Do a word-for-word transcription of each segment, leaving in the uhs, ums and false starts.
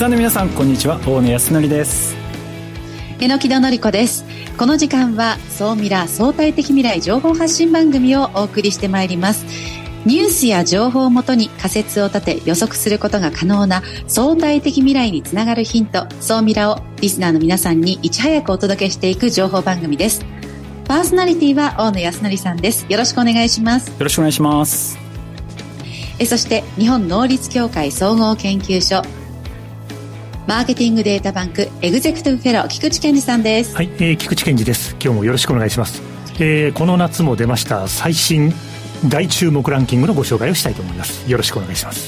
スナーの皆さんこんにちは、大野康則です。 榎戸典子です。この時間は総ミラ相対的未来情報発信番組をお送りしてまいります。ニュースや情報をもとに仮説を立て予測することが可能な相対的未来につながるヒント、総ミラをリスナーの皆さんにいち早くお届けしていく情報番組です。パーソナリティは大野康則さんです。よろしくお願いします。 よろしくお願いします。 えそして日本能率協会総合研究所マーケティングデータバンクエグゼクティブフェロー菊池健二さんです。 はい、えー、菊池健二です。今日もよろしくお願いします。えー、この夏も出ました最新大注目ランキングのご紹介をしたいと思います。よろしくお願いします。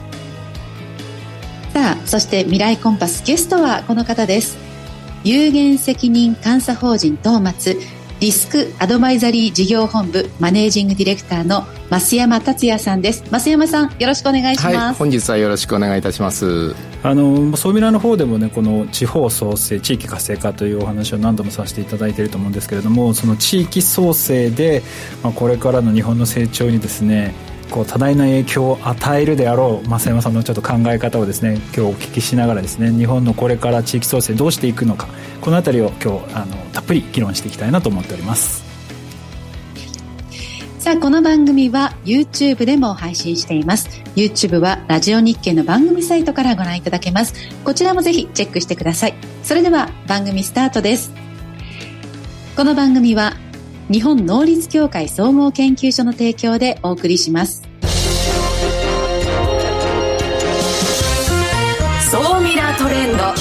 さあ、そして未来コンパスゲストはこの方です。有限責任監査法人東松リスクアドバイザリー事業本部マネージングディレクターの増山達也さんです。増山さん、よろしくお願いします。 はい、本日はよろしくお願いいたします。 あの総ミラの方でもね、この地方創生地域活性化というお話を何度もさせていただいていると思うんですけれども、その地域創生で、まあ、これからの日本の成長にですね、こう多大な影響を与えるであろう増山さんのちょっと考え方をですね、今日お聞きしながらですね、日本のこれから地域創生どうしていくのか、このあたりを今日あのたっぷり議論していきたいなと思っております。 さあ、この番組は YouTube でも配信しています。 YouTube はラジオ日経の番組サイトからご覧いただけます。こちらもぜひチェックしてください。それでは番組スタートです。この番組は日本能率協会総合研究所の提供でお送りします。 総ミラトレンド。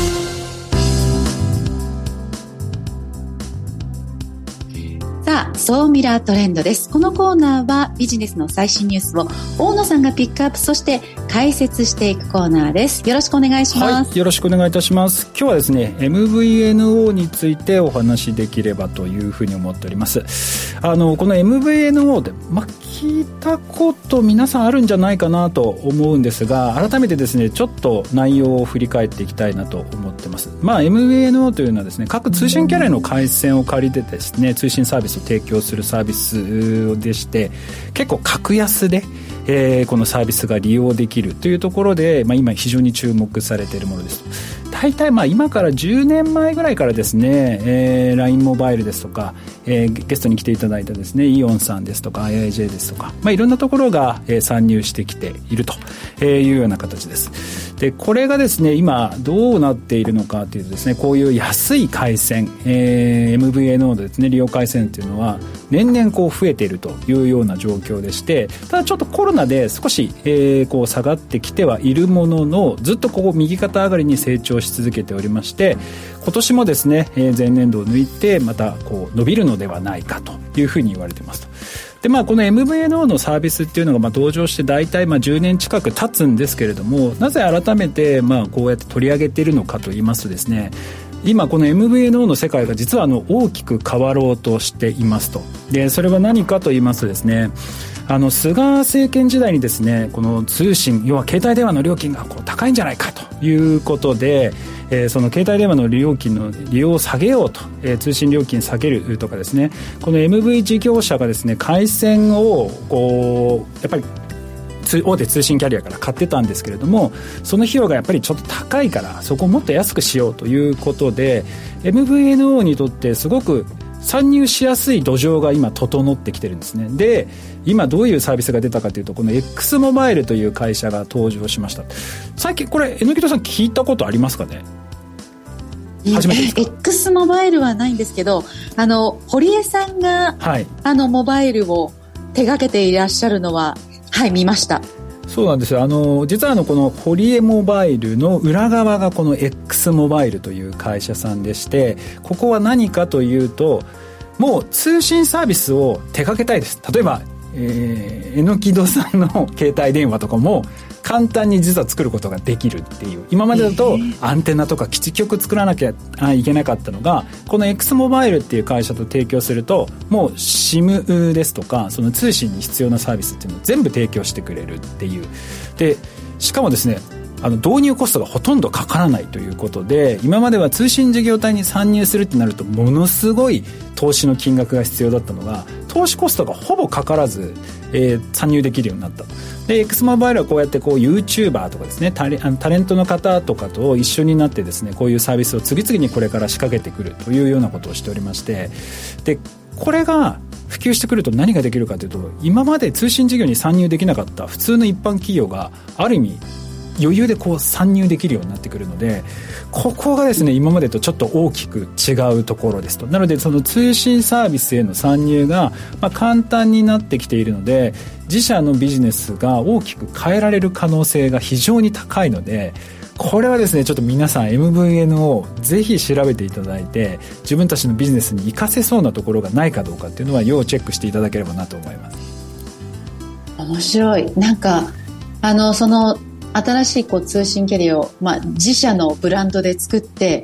さあ、総ミラートレンドです。このコーナーはビジネスの最新ニュースを大野さんがピックアップ、そして解説していくコーナーです。よろしくお願いします。 はい、よろしくお願いいたします。今日はですね エムブイエヌオー についてお話しできればというふうに思っております。あのこの エムブイエヌオー で、まあ、聞いたこと皆さんあるんじゃないかなと思うんですが、改めてですねちょっと内容を振り返っていきたいなと思ってます。まあ、エムブイエヌオー というのはですね、各通信キャリアの回線を借りてですね、通信サービスを提供するサービスでして、結構格安で、えー、このサービスが利用できるというところで、まあ、今非常に注目されているものです。大体まあ今からじゅうねんまえぐらいからですね、えー、ライン モバイルですとか、えー、ゲストに来ていただいたですねイオンさんですとか アイアイジェー ですとか、まあ、いろんなところが、えー、参入してきているというような形です。でこれがですね今どうなっているのかというとですね、こういう安い回線、えー、エムブイエヌオー のですね利用回線というのは年々こう増えているというような状況でして、ただちょっとコロナで少し、えー、こう下がってきてはいるものの、ずっとこう右肩上がりに成長し続けておりまして、今年もですね、えー、前年度を抜いてまたこう伸びるのではないかというふうに言われていますと。でまあ、この エムブイエヌオー のサービスっていうのがまあ登場して大体まあじゅうねん近く経つんですけれども、なぜ改めてまあこうやって取り上げているのかといいますとですね、今この エムブイエヌオー の世界が実はあの大きく変わろうとしていますと。でそれは何かと言いますとですね、あの菅政権時代にですね、この通信、要は携帯電話の料金がこう高いんじゃないかということで、えー、その携帯電話の料金の利用を下げようと、えー、通信料金下げるとかですね、この エムブイ 事業者がですね回線をこうやっぱり大手通信キャリアから買ってたんですけれども、その費用がやっぱりちょっと高いからそこをもっと安くしようということで エムブイエヌオー にとってすごく参入しやすい土壌が今整ってきてるんですね。で今どういうサービスが出たかというと、この X モバイルという会社が登場しました。最近これ榎戸さん聞いたことありますかね。初めてですか。 X モバイルはないんですけど、あの堀江さんが、はい、あのモバイルを手掛けていらっしゃるのははい見ました。 そうなんですよ。あの実はあのこの堀江モバイルの裏側がこの X モバイルという会社さんでして、ここは何かというと、もう通信サービスを手掛けたいです。例えば、えー、榎戸さんの携帯電話とかも簡単に実は作ることができるっていう。今までだとアンテナとか基地局作らなきゃいけなかったのが、この X モバイルっていう会社と提供すると、もう SIM ですとかその通信に必要なサービスっていうのを全部提供してくれるっていう。でしかもですね、あの導入コストがほとんどかからないということで、今までは通信事業体に参入するってなるとものすごい投資の金額が必要だったのが、 投資コストがほぼかからず、えー、参入できるようになった。で X モバイルはこうやってこう YouTuber とかですね、タレ、あのタレントの方とかと一緒になってですね、こういうサービスを次々にこれから仕掛けてくるというようなことをしておりまして、でこれが普及してくると何ができるかというと、今まで通信事業に参入できなかった普通の一般企業がある意味余裕でこう参入できるようになってくるので、ここがですね今までとちょっと大きく違うところですと。なのでその通信サービスへの参入が、まあ、簡単になってきているので、自社のビジネスが大きく変えられる可能性が非常に高いので、これはですねちょっと皆さん エムブイエヌオー ぜひ調べていただいて、自分たちのビジネスに活かせそうなところがないかどうかっていうのは要チェックしていただければなと思います。 面白い。なんかあのその新しいこう通信キャリアを、まあ、自社のブランドで作って、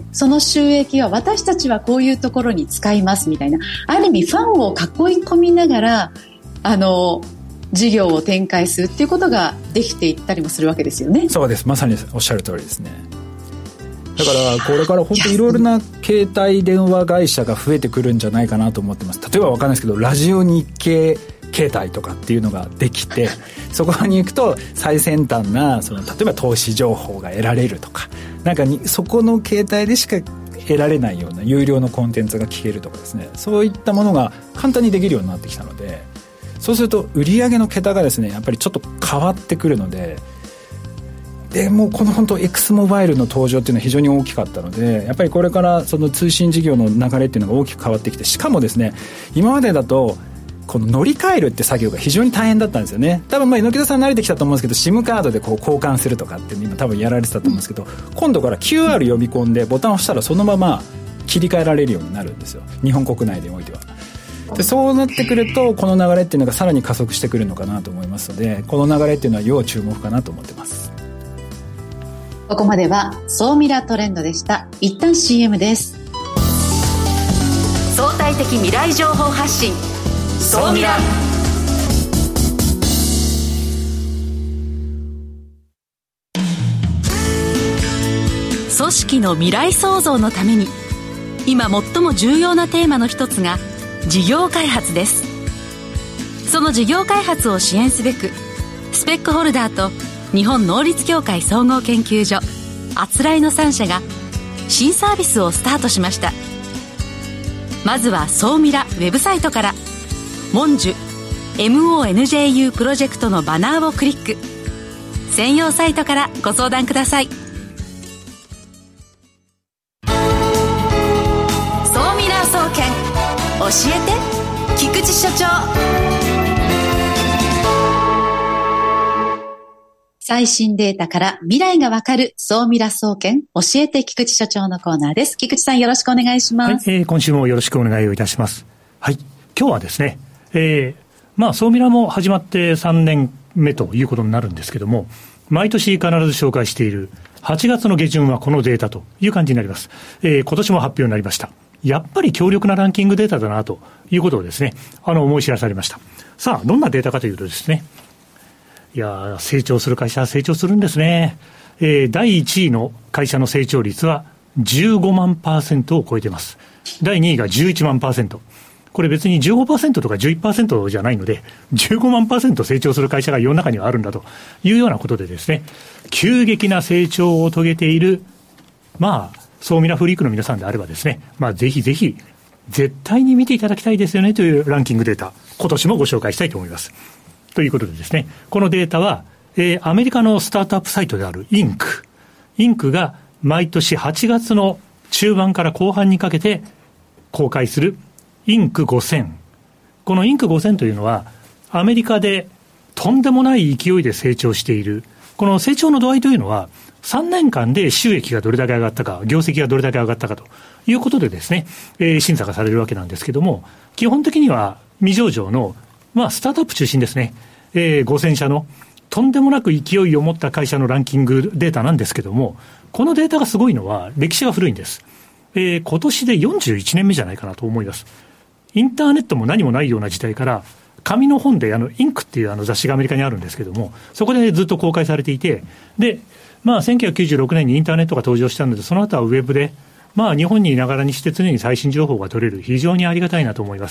その収益は私たちはこういうところに使いますみたいな、ある意味ファンを囲い込みながらあの事業を展開するっていうことができていったりもするわけですよね。 そうです、まさにおっしゃる通りですね。だからこれから本当にいろいろな携帯電話会社が増えてくるんじゃないかなと思ってます。例えば分かんないですけど、ラジオ日経携帯とかっていうのができて、そこに行くと最先端なその例えば投資情報が得られるとか、なんかにそこの携帯でしか得られないような有料のコンテンツが聞けるとかですね、そういったものが簡単にできるようになってきたので、そうすると売上の桁がですねやっぱりちょっと変わってくるので、でもうこの本当 X モバイルの登場っていうのは非常に大きかったので、やっぱりこれからその通信事業の流れっていうのが大きく変わってきて、しかもですね今までだとこの乗り換えるって作業が非常に大変だったんですよね。多分まあ猪木田さん慣れてきたと思うんですけど、 SIM カードでこう交換するとかって今多分やられてたと思うんですけど、今度から キューアール 呼び込んでボタンを押したらそのまま切り替えられるようになるんですよ、日本国内でおいては。でそうなってくるとこの流れっていうのがさらに加速してくるのかなと思いますので、この流れっていうのは要注目かなと思ってます。 ここまでは総ミラトレンドでした。一旦 シーエム です。 相対的未来情報発信、総ミラ。組織の未来創造のために今最も重要なテーマの一つが事業開発です。その事業開発を支援すべく、スペックホルダーと日本能率協会総合研究所、あつらいのさん社が新サービスをスタートしました。まずは総ミラウェブサイトからモンジュ エムオーエヌジェーユー プロジェクトのバナーをクリック。専用サイトからご相談ください。総ミラ総研、教えて菊池所長。 最新データから未来がわかる総ミラ総研、教えて菊池所長のコーナーです。菊池さん、よろしくお願いします。 はい、えー、今週もよろしくお願いをいたします。はい、今日はですね、えー、まあ総ミラも始まってさんねんめということになるんですけども、毎年必ず紹介しているはちがつの下旬はこのデータという感じになります。えー、今年も発表になりました。やっぱり強力なランキングデータだなということをですね、あの思い知らされました。さあ、どんなデータかというとですね、いや成長する会社は成長するんですね。えー、だいいちいの会社の成長率はじゅうごまんパーセントを超えています。だいにいがじゅういちまんパーセント。これ別に じゅうごパーセント とか じゅういちパーセント じゃないので、じゅうごまんパーセント成長する会社が世の中にはあるんだというようなことでですね、急激な成長を遂げている、まあ総ミラフリークの皆さんであればですね、まあぜひぜひ絶対に見ていただきたいですよねというランキングデータ、今年もご紹介したいと思います。ということでですね、このデータは、えー、アメリカのスタートアップサイトであるインク。インクが毎年はちがつの中盤から後半にかけて公開するインクごせん。このインクごせんというのは、アメリカでとんでもない勢いで成長している。この成長の度合いというのは、さんねんかんで収益がどれだけ上がったか、業績がどれだけ上がったかということでですね、えー、審査がされるわけなんですけども、基本的には未上場のまあ、スタートアップ中心ですね、えー、ごせん社のとんでもなく勢いを持った会社のランキングデータなんですけども、このデータがすごいのは歴史が古いんです。えー、今年でよんじゅういちねんめじゃないかなと思います。インターネットも何もないような時代から、紙の本であのインクっていうあの雑誌がアメリカにあるんですけども、そこでずっと公開されていて、で、まあ、せんきゅうひゃくきゅうじゅうろくねんにインターネットが登場したので、その後はウェブで、まあ、日本にいながらにして常に最新情報が取れる、非常にありがたいなと思います。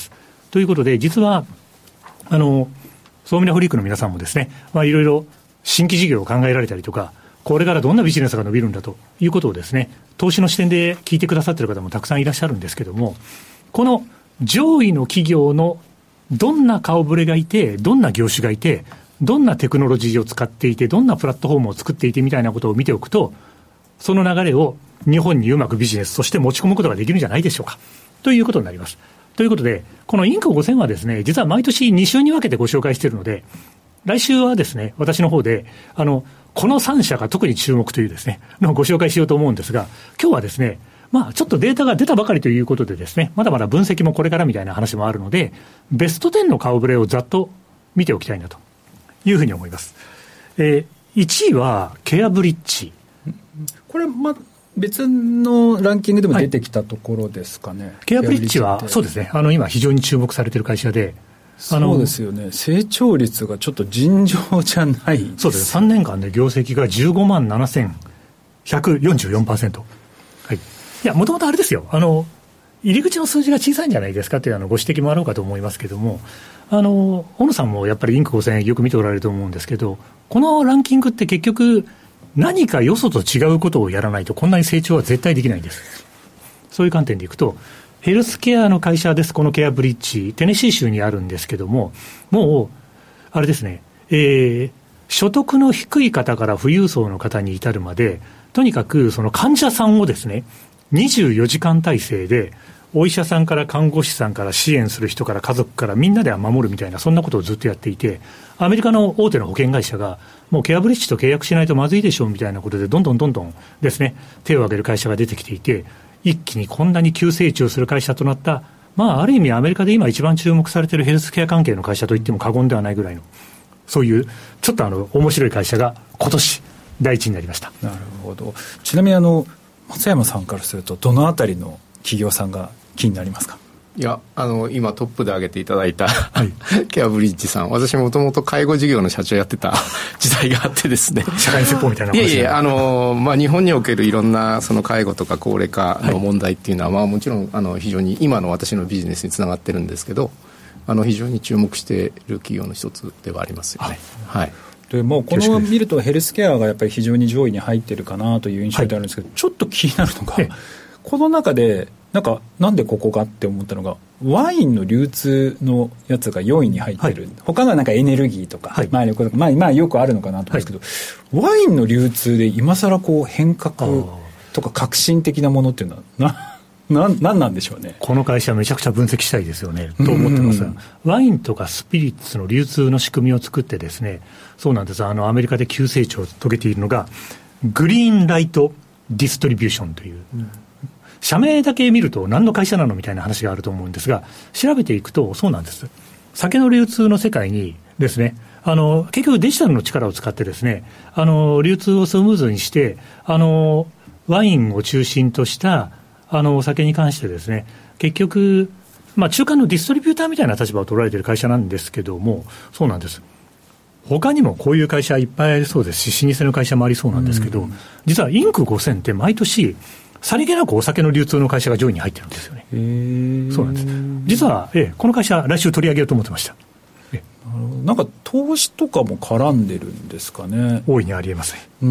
ということで、実は、あの、総務フリークの皆さんもですね、まあ、いろいろ新規事業を考えられたりとか、これからどんなビジネスが伸びるんだということをですね、投資の視点で聞いてくださっている方もたくさんいらっしゃるんですけども、この上位の企業のどんな顔ぶれがいて、どんな業種がいて、どんなテクノロジーを使っていて、どんなプラットフォームを作っていてみたいなことを見ておくと、その流れを日本にうまくビジネスとして持ち込むことができるんじゃないでしょうかということになります。ということで、このインクごせんはですね、実は毎年に週に分けてご紹介しているので、来週はですね、私の方であのこのさん社が特に注目というですねのをご紹介しようと思うんですが、今日はですね、まあちょっとデータが出たばかりということでですね、まだまだ分析もこれからみたいな話もあるので、ベストじゅうの顔ぶれをざっと見ておきたいなというふうに思います。えー、いちいはケアブリッジ。 これ、ま、別のランキングでも出てきたところですかね。はい、 ケアブリッジはそうですね、あの今非常に注目されている会社で、 そうですよね、成長率がちょっと尋常じゃないです。 そうです。さんねんかんで業績がじゅうごまんななせんひゃくよんじゅうよんパーセント。はい。いや、もともとあれですよ、あの入り口の数字が小さいんじゃないですかというあのご指摘もあろうかと思いますけれども、あの小野さんもやっぱりインクごせんよく見ておられると思うんですけど、このランキングって結局何かよそと違うことをやらないとこんなに成長は絶対できないんです。そういう観点でいくと、ヘルスケアの会社です。このケアブリッジ、テネシー州にあるんですけども、もうあれですね、えー、所得の低い方から富裕層の方に至るまで、とにかくその患者さんをですね、にじゅうよじかん体制でお医者さんから看護師さんから支援する人から家族からみんなで守るみたいな、そんなことをずっとやっていて、アメリカの大手の保険会社がもうケアブリッジと契約しないとまずいでしょうみたいなことでどんどんどんどんですね、手を挙げる会社が出てきていて、一気にこんなに急成長する会社となった、まあある意味アメリカで今一番注目されているヘルスケア関係の会社といっても過言ではないぐらいの、そういうちょっとあの面白い会社が今年第一になりました。 なるほど。ちなみにあの松山さんからするとどのあたりの企業さんが気になりますか？ いや、あの今トップで挙げていただいた、はい、ケアブリッジさん、私もともと介護事業の社長やってた時代があってですね、 社会説法みたいな話。 いやいや、あの、まあ、日本におけるいろんなその介護とか高齢化の問題っていうのは、はい、まあ、もちろんあの非常に今の私のビジネスにつながってるんですけど、あの非常に注目している企業の一つではありますよね。はい、はい、 でもうこの見るとヘルスケアがやっぱり非常に上位に入ってるかなという印象であるんですけど、はい、ちょっと気になるのが、この中でなんかなんでここかって思ったのが、ワインの流通のやつがよんいに入ってる、はい、他がなんかエネルギーとか、はい、まあ、まあ、まあよくあるのかなと思うんですけど、はい、ワインの流通で今更こう変革とか革新的なものっていうのはなななんなんでしょうね。 この会社めちゃくちゃ分析したいですよねと思ってます。ワインとかスピリッツの流通の仕組みを作ってですね、そうなんです、あのアメリカで急成長を遂げているのがグリーンライトディストリビューションという、うん、社名だけ見ると何の会社なのみたいな話があると思うんですが、調べていくとそうなんです。酒の流通の世界にですね、あの結局デジタルの力を使ってですね、あの流通をスムーズにして、あのワインを中心としたあのお酒に関してですね、結局、まあ、中間のディストリビューターみたいな立場を取られている会社なんですけども、そうなんです。他にもこういう会社いっぱいありそうですし、老舗の会社もありそうなんですけど、実はインクごせんって毎年さりげなくお酒の流通の会社が上位に入ってるんですよね。へー、そうなんです。実は、ええ、この会社来週取り上げようと思ってました。ええ、なんか投資とかも絡んでるんですかね。 大いにありえますね。 うん、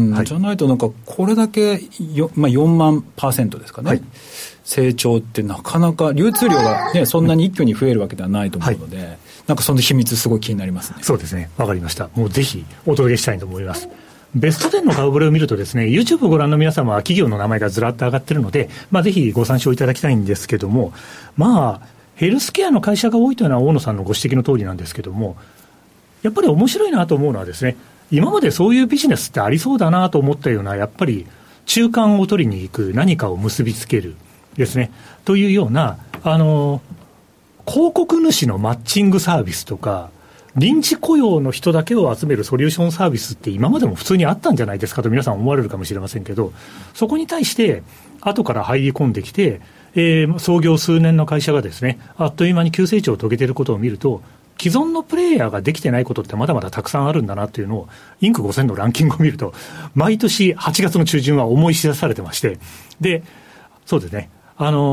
はい、じゃないとなんかこれだけよ、まあ、よんまんパーセントですかね、はい、成長ってなかなか流通量が、ね、そんなに一挙に増えるわけではないと思うので、はい、なんかその秘密すごい気になりますね。 そうですね、わかりました。もうぜひお届けしたいと思います。ベストじゅうの顔ぶれを見るとですね、 YouTube をご覧の皆様は企業の名前がずらっと上がっているので、まあ、ぜひご参照いただきたいんですけども、まあヘルスケアの会社が多いというのは大野さんのご指摘の通りなんですけども、やっぱり面白いなと思うのはですね、今までそういうビジネスってありそうだなと思ったような、やっぱり中間を取りに行く、何かを結びつけるですねというような、あの広告主のマッチングサービスとか臨時雇用の人だけを集めるソリューションサービスって今までも普通にあったんじゃないですかと皆さん思われるかもしれませんけど、そこに対して後から入り込んできて、えー、創業数年の会社がですね、あっという間に急成長を遂げていることを見ると、既存のプレイヤーができてないことってまだまだたくさんあるんだなというのを、インクごせんのランキングを見ると毎年はちがつの中旬は思い知らされてまして、でそうですね、あの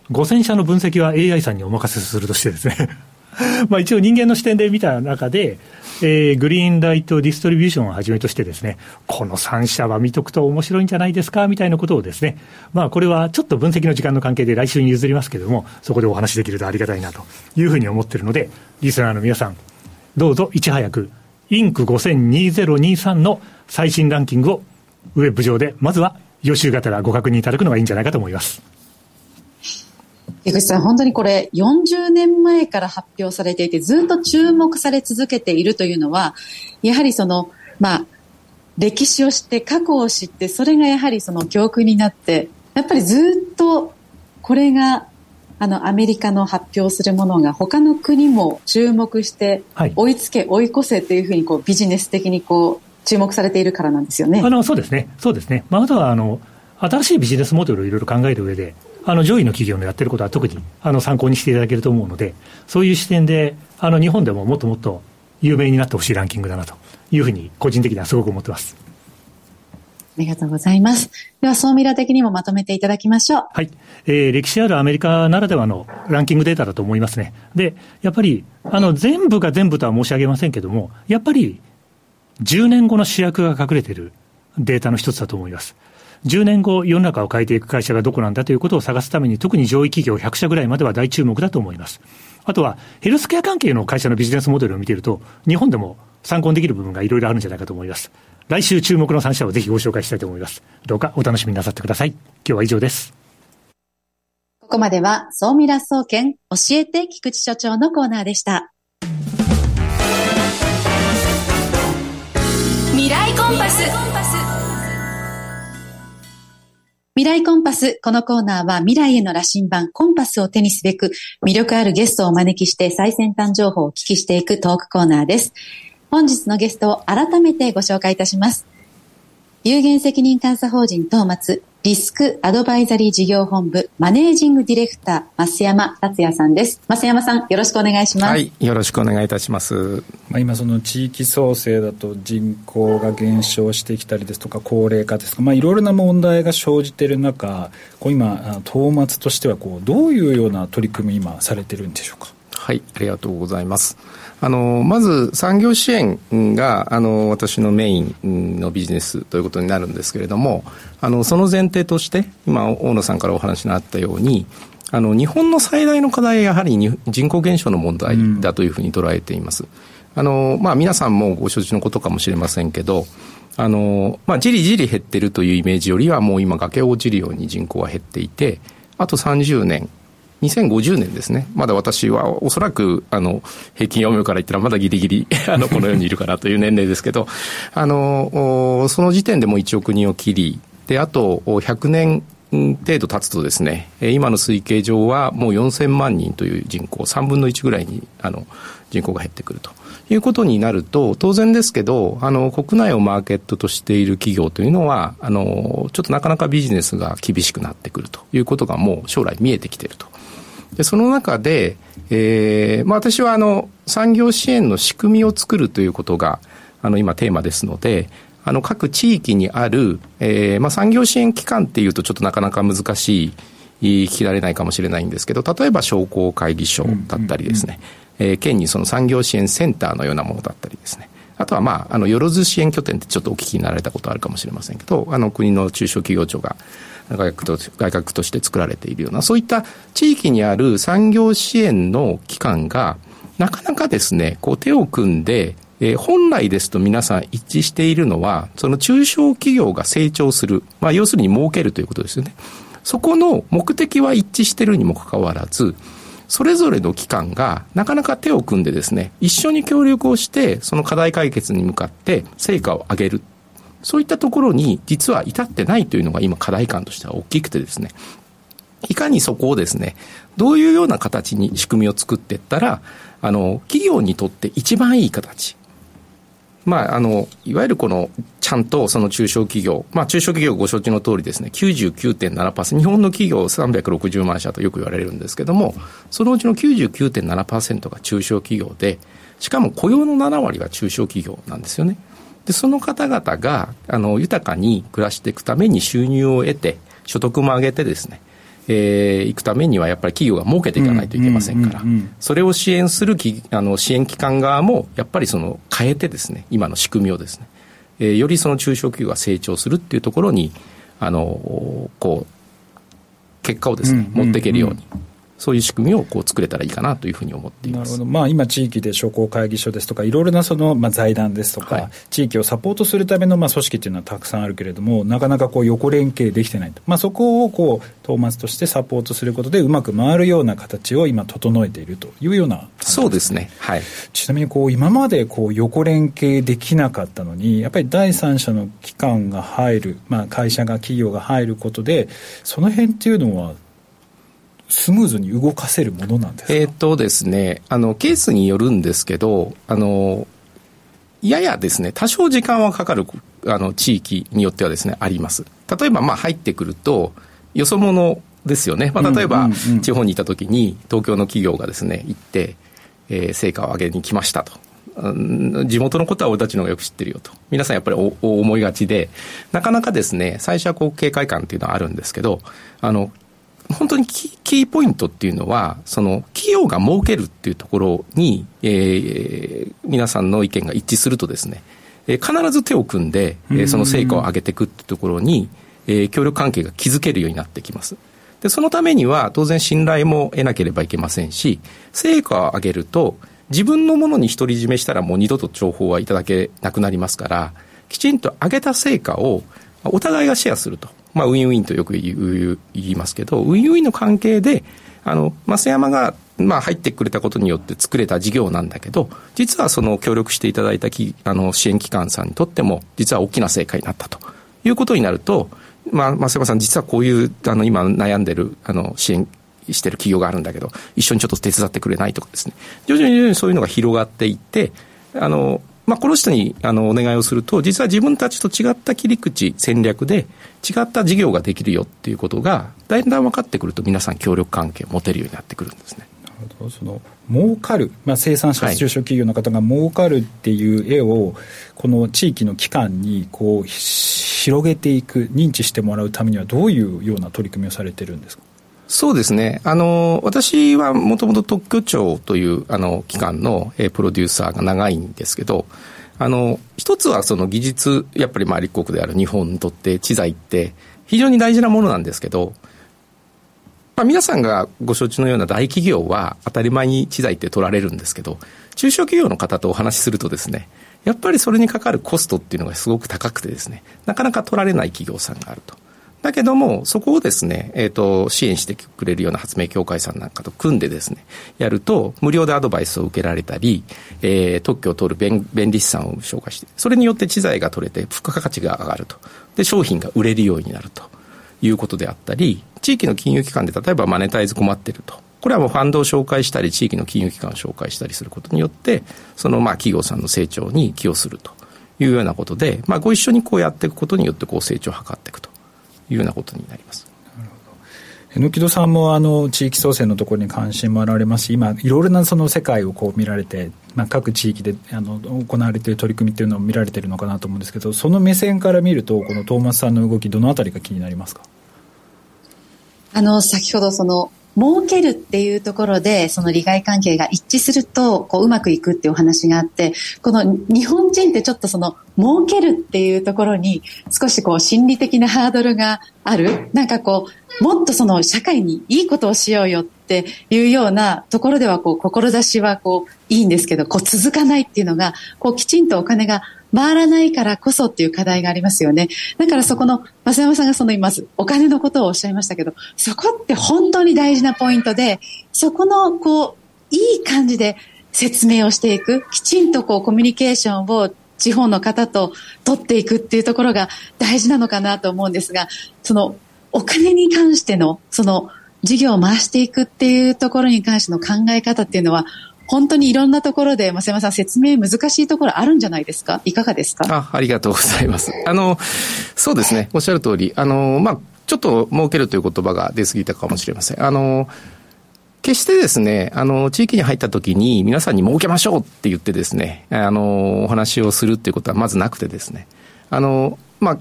ごせんしゃの分析は エーアイ さんにお任せするとしてですねまあ一応人間の視点で見た中で、えー、グリーンライトディストリビューションをはじめとしてですね、このさん社は見とくと面白いんじゃないですかみたいなことをですね、まあこれはちょっと分析の時間の関係で来週に譲りますけれども、そこでお話しできるとありがたいなというふうに思っているので、リスナーの皆さんどうぞいち早くインクごせんにじゅうにじゅうさんの最新ランキングをウェブ上でまずは予習がてらご確認いただくのがいいんじゃないかと思います。 江口さん、本当にこれよんじゅうねんまえから発表されていてずっと注目され続けているというのは、やはりそのまあ歴史を知って過去を知って、それがやはりその教訓になって、やっぱりずっとこれがあのアメリカの発表するものが他の国も注目して追いつけ、はい、追い越せというふうにこうビジネス的にこう注目されているからなんですよね。 あのそうですね、そうですね。まあ、あとはあの新しいビジネスモデルをいろいろ考える上で、あの上位の企業のやってることは特にあの参考にしていただけると思うので、そういう視点であの日本でももっともっと有名になってほしいランキングだなというふうに個人的にはすごく思ってます。 ありがとうございます。では総ミラ的にもまとめていただきましょう。 はい、えー、歴史あるアメリカならではのランキングデータだと思いますね。でやっぱりあの全部が全部とは申し上げませんけども、やっぱりじゅうねんごの主役が隠れているデータの一つだと思います。じゅうねんご世の中を変えていく会社がどこなんだということを探すために、特に上位企業ひゃくしゃぐらいまでは大注目だと思います。あとはヘルスケア関係の会社のビジネスモデルを見ていると、日本でも参考にできる部分がいろいろあるんじゃないかと思います。来週注目のさん社をぜひご紹介したいと思います。どうかお楽しみなさってください。今日は以上です。 ここまでは総ミラ総研教えて菊池所長のコーナーでした。 未来コンパス。 未来コンパス。このコーナーは未来への羅針盤コンパスを手にすべく魅力あるゲストをお招きして最先端情報をお聞きしていくトークコーナーです。本日のゲストを改めてご紹介いたします。有限責任監査法人東松リスクアドバイザリー事業本部マネージングディレクター増山達也さんです。増山さん、よろしくお願いします。 はい、よろしくお願いいたします。 まあ、今その地域創生だと人口が減少してきたりですとか高齢化ですとか、まあ、いろいろな問題が生じている中、こう今東松としてはこうどういうような取り組み今されてるんでしょうか。 はい、ありがとうございます。あのまず産業支援があの私のメインのビジネスということになるんですけれども、あのその前提として今大野さんからお話のあったように、あの日本の最大の課題はやはり人口減少の問題だというふうに捉えています。うん、あのまあ、皆さんもご承知のことかもしれませんけど、あの、まあ、じりじり減ってるというイメージよりはもう今崖を落ちるように人口は減っていて、あとさんじゅうねんにせんごじゅうねんですね。まだ私はおそらくあの平均余命から言ったらまだギリギリあのこの世にいるかなという年齢ですけど、あのその時点でもういちおくにんを切りで、あとひゃくねん程度経つとですね、今の推計上はもうよんせんまんにんという人口、さんぶんのいちぐらいにあの人口が減ってくるということになると、当然ですけどあの国内をマーケットとしている企業というのはあのちょっとなかなかビジネスが厳しくなってくるということがもう将来見えてきていると。でその中で、えーまあ、私はあの産業支援の仕組みを作るということがあの今テーマですので、あの各地域にある、えーまあ、産業支援機関っていうとちょっとなかなか難しい聞きられないかもしれないんですけど、例えば商工会議所だったりですね、うんうんうん、えー、県にその産業支援センターのようなものだったりですね、あとはまああのよろず支援拠点ってちょっとお聞きになられたことあるかもしれませんけど、あの国の中小企業庁が外郭と、外郭として作られているような、そういった地域にある産業支援の機関がなかなかですね、こう手を組んで、えー、本来ですと皆さん一致しているのは、その中小企業が成長する、まあ要するに儲けるということですよね。そこの目的は一致しているにもかかわらず、それぞれの機関がなかなか手を組んでですね、一緒に協力をしてその課題解決に向かって成果を上げる、そういったところに実は至ってないというのが今課題感としては大きくてですね、いかにそこをですね、どういうような形に仕組みを作っていったら、あの企業にとって一番いい形、まああのいわゆるこのちゃんとその中小企業、まあ中小企業ご承知の通りですね、きゅうじゅうきゅうてんななパーセント、日本の企業さんびゃくろくじゅうまんしゃとよく言われるんですけども、そのうちの きゅうじゅうきゅうてんななパーセント が中小企業で、しかも雇用のななわりが中小企業なんですよね。でその方々があの豊かに暮らしていくために収入を得て所得も上げてですね、 えー、行くためにはやっぱり企業が儲けていかないといけませんから、うんうんうんうん、それを支援するきあの支援機関側もやっぱりその変えてですね、今の仕組みをですね、えー、よりその中小企業が成長するっていうところにあのこう結果をですね、うんうんうん、持っていけるように、そういう仕組みをこう作れたらいいかなというふうに思っています。 なるほど。まあ、今地域で商工会議所ですとかいろいろなその、まあ、財団ですとか、はい、地域をサポートするための、まあ、組織っていうのはたくさんあるけれども、なかなかこう横連携できてないと、まあ、そこをこうトーマスとしてサポートすることでうまく回るような形を今整えているというような感じですね。 そうですね、はい、 ちなみにこう今までこう横連携できなかったのにやっぱり第三者の機関が入る、まあ、会社が企業が入ることでその辺っていうのはスムーズに動かせるものなんですか？ えーとですね、あのケースによるんですけど、あのややですね多少時間はかかるあの地域によってはですねあります。例えばまあ入ってくるとよそ者ですよね、まあ、例えば地方にいた時に東京の企業がですね行って、えー、成果を上げに来ましたと、地元のことは俺たちの方がよく知ってるよと皆さんやっぱりおお思いがちで、なかなかですね最初はこう警戒感っていうのはあるんですけど、あの本当にキー、キーポイントっていうのはその企業が儲けるっていうところに、えー、皆さんの意見が一致するとですね、えー、必ず手を組んで、えー、その成果を上げていくっていうところに、えー、協力関係が築けるようになってきます。でそのためには当然信頼も得なければいけませんし、成果を上げると自分のものに独り占めしたらもう二度と情報はいただけなくなりますから、きちんと上げた成果をお互いがシェアすると、まあ、ウィンウィンとよく言う言いますけど、ウィンウィンの関係であの増山が、まあ、入ってくれたことによって作れた事業なんだけど、実はその協力していただいたきあの支援機関さんにとっても実は大きな成果になったということになると、まあ、増山さん実はこういうあの今悩んでるあの支援してる企業があるんだけど一緒にちょっと手伝ってくれないとかですね、徐々に徐々にそういうのが広がっていって、あのまあ、この人にあのお願いをすると実は自分たちと違った切り口戦略で違った事業ができるよっていうことがだんだん分かってくると、皆さん協力関係を持てるようになってくるんですね。 なるほど。その儲かる、まあ、生産者中小企業の方が儲かるっていう絵をこの地域の機関にこう広げていく、認知してもらうためにはどういうような取り組みをされてるんですか？ そうですね、あの私はもともと特許庁というあの機関の、えー、プロデューサーが長いんですけど、あの一つはその技術、やっぱりまあ立国である日本にとって知財って非常に大事なものなんですけど、まあ、皆さんがご承知のような大企業は当たり前に知財って取られるんですけど、中小企業の方とお話しするとですね、やっぱりそれにかかるコストっていうのがすごく高くてですね、なかなか取られない企業さんがあると。だけどもそこをですね、えーと、支援してくれるような発明協会さんなんかと組んでですねやると無料でアドバイスを受けられたり、えー、特許を取る 弁, 弁理士さんを紹介して、それによって知財が取れて付加価値が上がると、で商品が売れるようになるということであったり、地域の金融機関で例えばマネタイズ困っていると、これはもうファンドを紹介したり地域の金融機関を紹介したりすることによってそのまあ企業さんの成長に寄与するというようなことで、まあ、ご一緒にこうやっていくことによってこう成長を図っていくというようなことになります。 なるほど。榎戸さんもあの地域創生のところに関心もあられますし、今いろいろなその世界をこう見られて、まあ、各地域であの行われている取り組みっていうのを見られているのかなと思うんですけど、その目線から見るとこのトーマスさんの動きどのあたりが気になりますか？ あの先ほどその儲けるっていうところでその利害関係が一致するとこううまくいくっていうお話があって、この日本人ってちょっとその儲けるっていうところに少しこう心理的なハードルがある、なんかこうもっとその社会にいいことをしようよっていうようなところではこう志はこういいんですけど、こう続かないっていうのがこうきちんとお金が回らないからこそっていう課題がありますよね。だからそこの増山さんがその今お金のことをおっしゃいましたけど、そこって本当に大事なポイントで、そこのこういい感じで説明をしていく、きちんとこうコミュニケーションを地方の方と取っていくっていうところが大事なのかなと思うんですが、そのお金に関してのその事業を回していくっていうところに関しての考え方っていうのは本当にいろんなところで増山さん説明難しいところあるんじゃないですか？いかがですか？ あ、ありがとうございます。あのそうですね、おっしゃる通り、あのまあちょっと儲けるという言葉が出過ぎたかもしれません。あの決してですね、あの地域に入った時に皆さんに儲けましょうって言ってですね、あのお話をするっていうことはまずなくてですね、あのまあ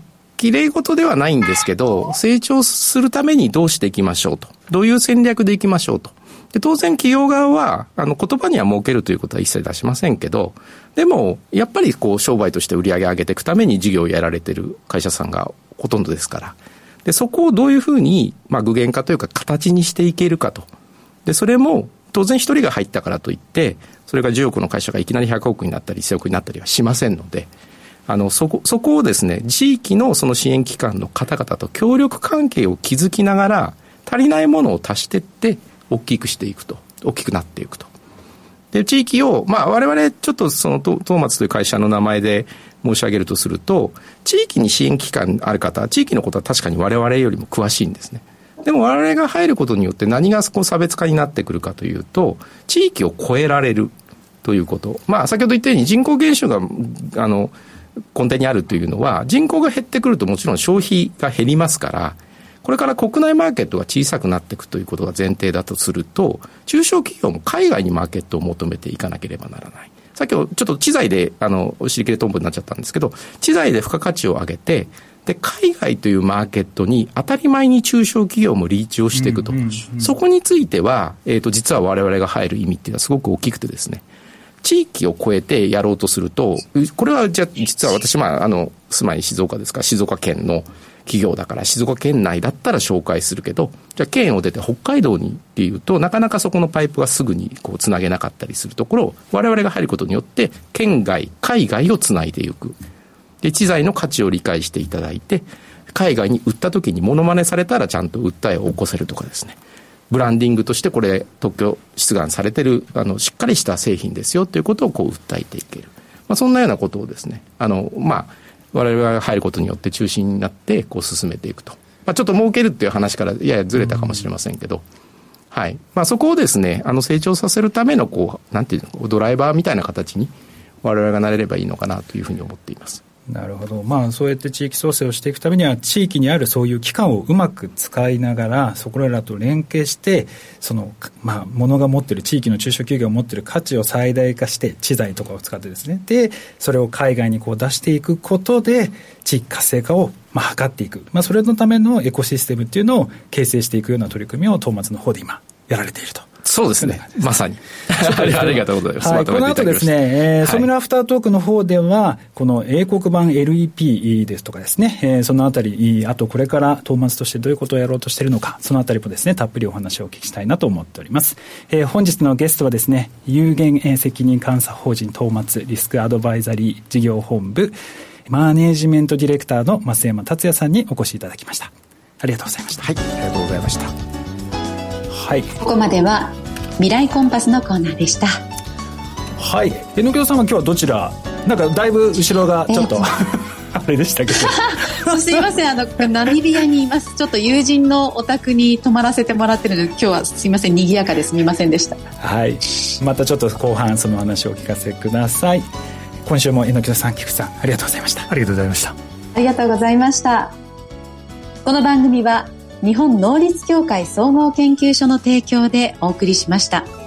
綺麗事ではないんですけど、成長するためにどうしていきましょうと。どういう戦略でいきましょうと。で、当然企業側は、あの、言葉には儲けるということは一切出しませんけど、でも、やっぱりこう、商売として売り上げ上げていくために事業をやられている会社さんがほとんどですから。で、そこをどういうふうに、まあ、具現化というか形にしていけるかと。で、それも、当然一人が入ったからといって、それがじゅうおくの会社がいきなりひゃくおくになったりせんおくになったりはしませんので、あの、そこ、そこをですね、地域のその支援機関の方々と協力関係を築きながら、足りないものを足していって、大きくしていくと。大きくなっていくと。で、地域を、まあ、我々、ちょっとその、トーマツという会社の名前で申し上げるとすると、地域に支援機関ある方、地域のことは確かに我々よりも詳しいんですね。でも我々が入ることによって何がこう差別化になってくるかというと、地域を超えられるということ。まあ、先ほど言ったように人口減少が、あの、根底にあるというのは、人口が減ってくるともちろん消費が減りますから、これから国内マーケットが小さくなっていくということが前提だとすると、中小企業も海外にマーケットを求めていかなければならない。さっきちょっと知財で、あの、尻切れトンボになっちゃったんですけど、知財で付加価値を上げて、で、海外というマーケットに当たり前に中小企業もリーチをしていくと。うんうんうん、そこについては、えっと、実は我々が入る意味っていうのはすごく大きくてですね、地域を超えてやろうとすると、これはじゃあ実は私、まあ、あの、住まい静岡ですから、静岡県の企業だから静岡県内だったら紹介するけど、じゃあ県を出て北海道にっていうとなかなかそこのパイプがすぐにこうつなげなかったりするところを我々が入ることによって県外海外をつないでいく。で、知財の価値を理解していただいて、海外に売った時にモノマネされたらちゃんと訴えを起こせるとかですね、ブランディングとしてこれ特許出願されてるあのしっかりした製品ですよということをこう訴えていける、まあ、そんなようなことをですね、あのまあ我々が入ることによって中心になってこう進めていくと、まあ、ちょっと儲けるっていう話からややずれたかもしれませんけど、はい、まあ、そこをですね、あの成長させるためのこうなんていうのドライバーみたいな形に我々がなれればいいのかなというふうに思っています。 なるほど。まあ、そうやって地域創生をしていくためには地域にあるそういう機関をうまく使いながらそこらと連携してその、まあ、物が持っている地域の中小企業が持っている価値を最大化して知財とかを使ってですね、でそれを海外にこう出していくことで地域活性化をまあ図っていく、まあ、それのためのエコシステムっていうのを形成していくような取り組みを東松の方で今やられていると。 そうですね。まさに。ありがとうございます。 はい、この後ですね、えー、ソミラアフタートークの方では、この英国版 エルイーピー ですとかですね、えー、そのあたり、あとこれから東松としてどういうことをやろうとしているのか、そのあたりもですね、たっぷりお話をお聞きしたいなと思っております。えー、本日のゲストはですね、有限責任監査法人東松リスクアドバイザリー事業本部マネージメントディレクターの増山達也さんにお越しいただきました。ありがとうございました。 はい、ありがとうございました。 はい、 ここまでは未来コンパスのコーナーでした。 はい、榎木さんは今日はどちら、なんかだいぶ後ろがちょっと、えー、あれでしたけどすいません、あのナミビアにいます。ちょっと友人のお宅に泊まらせてもらってるので今日はすいません、賑やかですみませんでした。 はい、またちょっと後半その話をお聞かせください。今週も榎木さん、菊さん、ありがとうございました。 ありがとうございました。 ありがとうございました。この番組は日本能率協会総合研究所の提供でお送りしました。